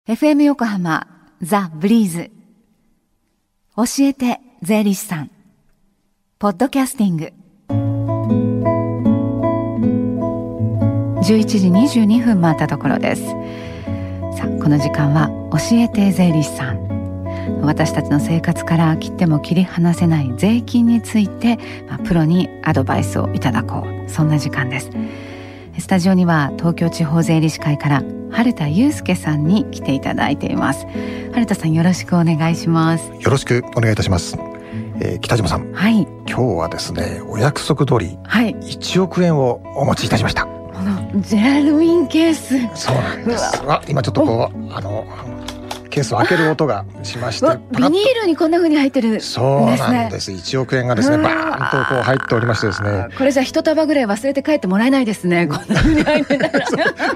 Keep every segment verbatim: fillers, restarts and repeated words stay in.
エフエム 横浜ザ・ブリーズ教えて税理士さんポッドキャスティングじゅういちじにじゅうにふん回ったところです。さあ、この時間は教えて税理士さん、私たちの生活から切っても切り離せない税金について、まあ、プロにアドバイスをいただこう、そんな時間です。スタジオには東京地方税理士会から春田祐介さんに来ていただいています。春田さん、よろしくお願いします。 よろしくお願いいたします。えー、北島さん、 はい、 今日はですね、お約束通り、 はい、 いちおくえんをお持ちいたしました。 このジェラルミンケース、 そうなんです。あ、今ちょっとこうあのケースを開ける音がしまして、 ビニールにこんな風に入ってるんですね。 そうなんです。いちおくえんがですね、バーンとこう入っておりましてですね、 これじゃ一束ぐらい忘れて帰ってもらえないですね。こんな風に入ってたら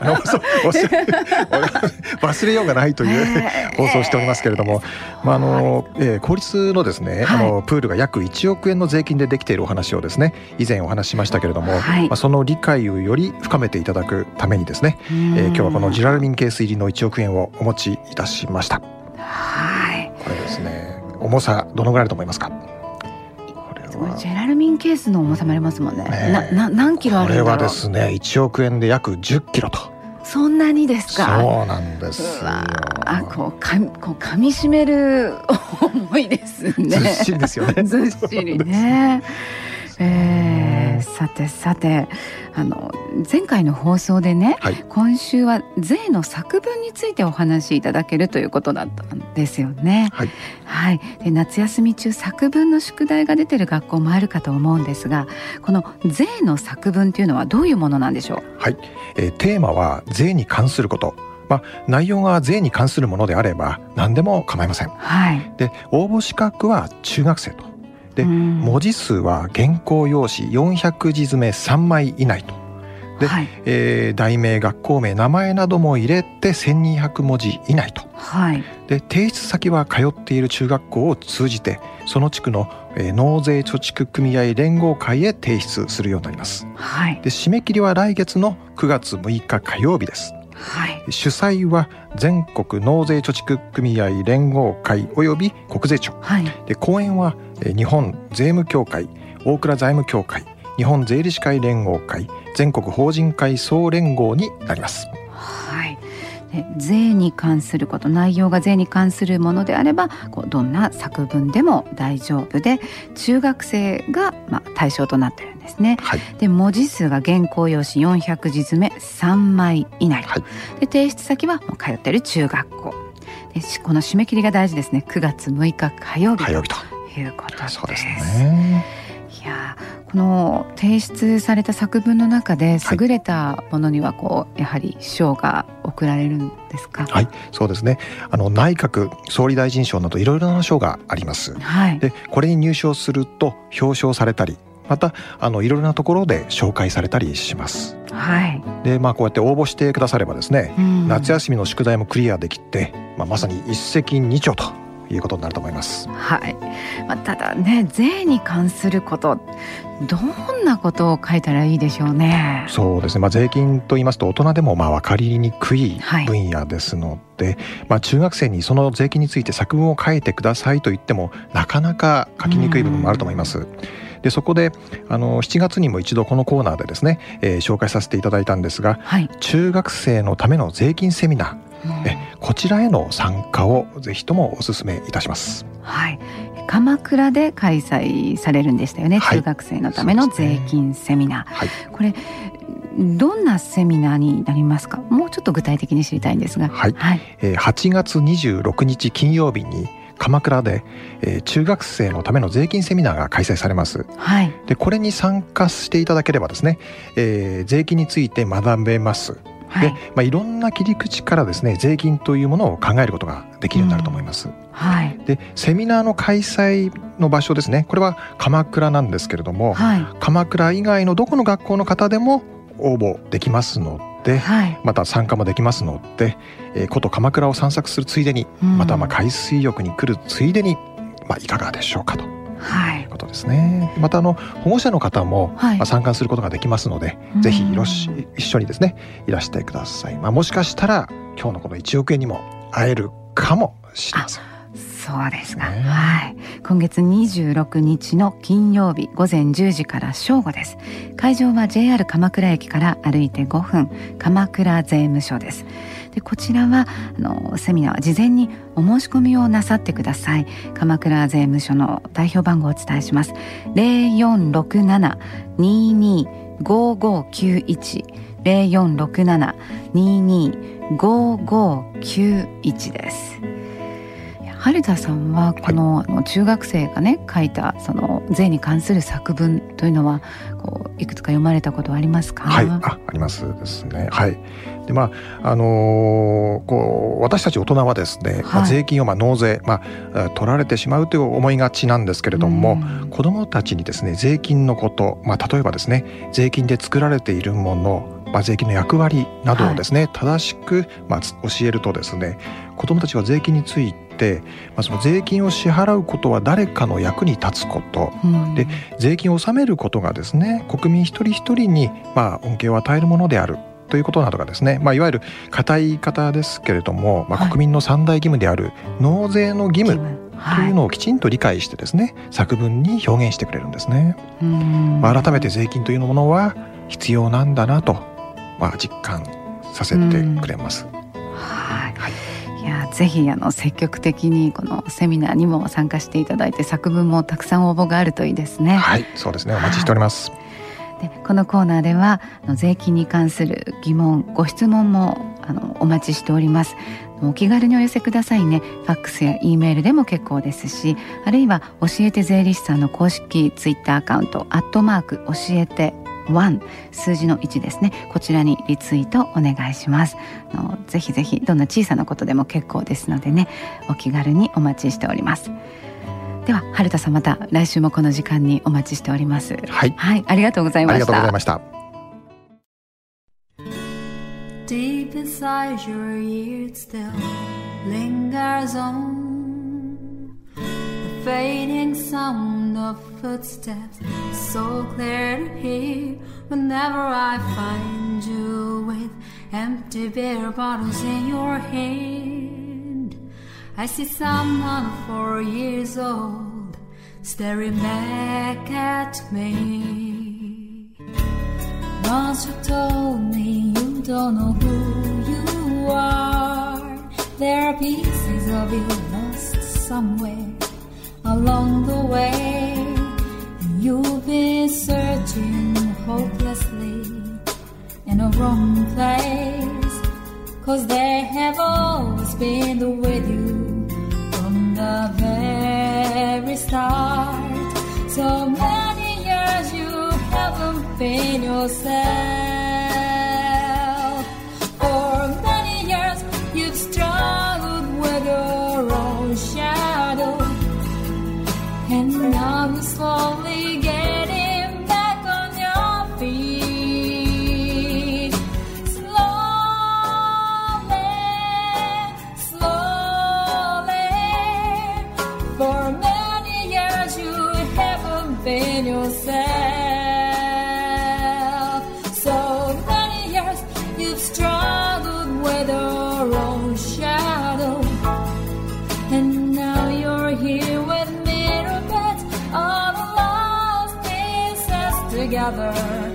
忘れようがないという放送をしておりますけれども、まああのえー、公立のですね、はい、あのプールが約いちおくえんの税金でできているお話をですね、以前お話ししましたけれども、はい、まあ、その理解をより深めていただくためにですね、えー、今日はこのジェラルミンケース入りのいちおくえんをお持ちいたしました。 はい、 これですね、重さどのぐらいだと思いますか？ これはジェラルミンケースの重さもありますもんね。ね、なな何キロあるんだろう。 これはですね、いちおくえんで約じゅっキロと。 そんなにですか？ そうなんですよ。 あ、こうかこう噛み締める重いですね。 ずっしりですよね。 ずっしりね。えー、さてさて、あの前回の放送でね、はい、今週は税の作文についてお話しいただけるということだったんですよね。はい、はい、で夏休み中作文の宿題が出てる学校もあるかと思うんですが、この税の作文というのはどういうものなんでしょう？ はい、えー、テーマは税に関すること。まあ、内容が税に関するものであれば何でも構いません。はい、で応募資格は中学生と。で文字数は原稿用紙よんひゃくじ詰めさんまい以内と。で、はい、えー、題名、学校名、名前なども入れてせんにひゃくもじ以内と。はい、で提出先は通っている中学校を通じてその地区の、えー、納税貯蓄組合連合会へ提出するようになります。はい、で締め切りは来月のくがつむいか火曜日です。はい、主催は全国納税貯蓄組合連合会および国税庁。はい、で講演は日本税務協会、大蔵財務協会、日本税理士会連合会、全国法人会総連合になります。 はい、で税に関すること、内容が税に関するものであればこうどんな作文でも大丈夫で、中学生が、まあ、対象となっているんですね。はい、で文字数が原稿用紙よんひゃくじ詰めさんまい以内。はい、で提出先は通っている中学校で、この締め切りが大事ですね。くがつむいか火曜日ということです。 そうですね。 いや、この提出された作文の中で優れたものにはこう、はい、やはり賞が贈られるんですか？ はい、そうですね。あの内閣総理大臣賞などいろいろな賞があります。はい、でこれに入賞すると表彰されたり、またあのいろいろなところで紹介されたりします。はい、でまあこうやって応募してくださればですね、うん、夏休みの宿題もクリアできて、まあ、まさに一石二鳥ということになると思います。 はい、まあ、ただね、税に関することどんなことを書いたらいいでしょうね。 そうですね、まあ、税金と言いますと大人でもまあ分かりにくい分野ですので、はい、まあ、中学生にその税金について作文を書いてくださいと言ってもなかなか書きにくい部分もあると思います。でそこであのしちがつにも一度このコーナーでですね、えー、紹介させていただいたんですが、はい、中学生のための税金セミナー、えこちらへの参加をぜひともお勧めいたします。 はい、鎌倉で開催されるんでしたよね。はい、中学生のための税金セミナー、はい、これどんなセミナーになりますか？もうちょっと具体的に知りたいんですが。 はい、はい、えー、はちがつにじゅうろくにち金曜日に鎌倉で、えー、中学生のための税金セミナーが開催されます。はい、でこれに参加していただければですね、えー、税金について学べます。はい、でまあ、いろんな切り口からですね、税金というものを考えることができるようになると思います。うん、はい、でセミナーの開催の場所ですね、これは鎌倉なんですけれども、はい、鎌倉以外のどこの学校の方でも応募できますので、はい、また参加もできますので、えー、古都鎌倉を散策するついでに、うん、またまあ海水浴に来るついでに、まあ、いかがでしょうかと。はい、いうことですね。またあの保護者の方も、はい、まあ、参加することができますので、うん、ぜひよろし一緒にですねいらしてください。まあ、もしかしたら今日のこのいちおくえんにも会えるかもしれません。 そうですか、ね、はい、今月にじゅうろくにちの金曜日ごぜんじゅうじから正午です。会場は ジェイアール 鎌倉駅から歩いてごふん、鎌倉税務署です。でこちらはあのセミナーは事前にお申し込みをなさってください。鎌倉税務署の代表番号をお伝えします。 ゼロよんろくなな にーにー ごーごーきゅういち ゼロよんろくなな にーにー ごーごーきゅういちです。春田さんはこの、はい、中学生がね書いたその税に関する作文というのはこういくつか読まれたことはありますか？ はい、あ、ありますですね。はい。でまああのー、こう私たち大人はですね、はい、まあ、税金をまあ納税、まあ、取られてしまうという思いがちなんですけれども、子どもたちにですね税金のこと、まあ、例えばですね税金で作られているもの、まあ、税金の役割などをですね、はい、正しく、まあ、教えるとですね、子どもたちは税金について、まあ、その税金を支払うことは誰かの役に立つこと、うん、で税金を納めることがですね国民一人一人に、まあ、恩恵を与えるものであるということなどがですね、まあ、いわゆる固い言い方ですけれども、まあ、国民の三大義務である納税の義務というのをきちんと理解してですね、作文に表現してくれるんですね。うん、まあ、改めて税金というものは必要なんだなと、まあ、実感させてくれます。 はいはい、いやぜひあの積極的にこのセミナーにも参加していただいて、作文もたくさん応募があるといいですね。 はい、そうですね、お待ちしております。 でこのコーナーでは税金に関する疑問ご質問もあのお待ちしております。お気軽にお寄せくださいね。ファックスや E メールでも結構ですし、あるいは教えて税理士さんの公式ツイッターアカウントアットマーク教えていち数字のいちですね、こちらにリツイートお願いします。あのぜひぜひどんな小さなことでも結構ですのでね、お気軽にお待ちしております。では春田さん、また来週もこの時間にお待ちしております。 はい、 はい、ありがとうございました。 ありがとうございました。 Deep inside your ear still lingers on the fading sound of footsteps, so clear to hear whenever I find you with empty beer bottles in your hand. I see someone four years old staring back at me. Once you told me you don't know who you are. There are pieces of you lost somewhere along the way. You've been searching hopelessly in a wrong place, 'cause they have always been with you from the very start. So many years you haven't been yourself. For many years you've struggled with your own shadow, and now you're slowly getting back on your feet. Slowly, slowly. For many years you haven't been yourself. So many years you've struggled with your own shadow, and now you're here with me, all the lost pieces together.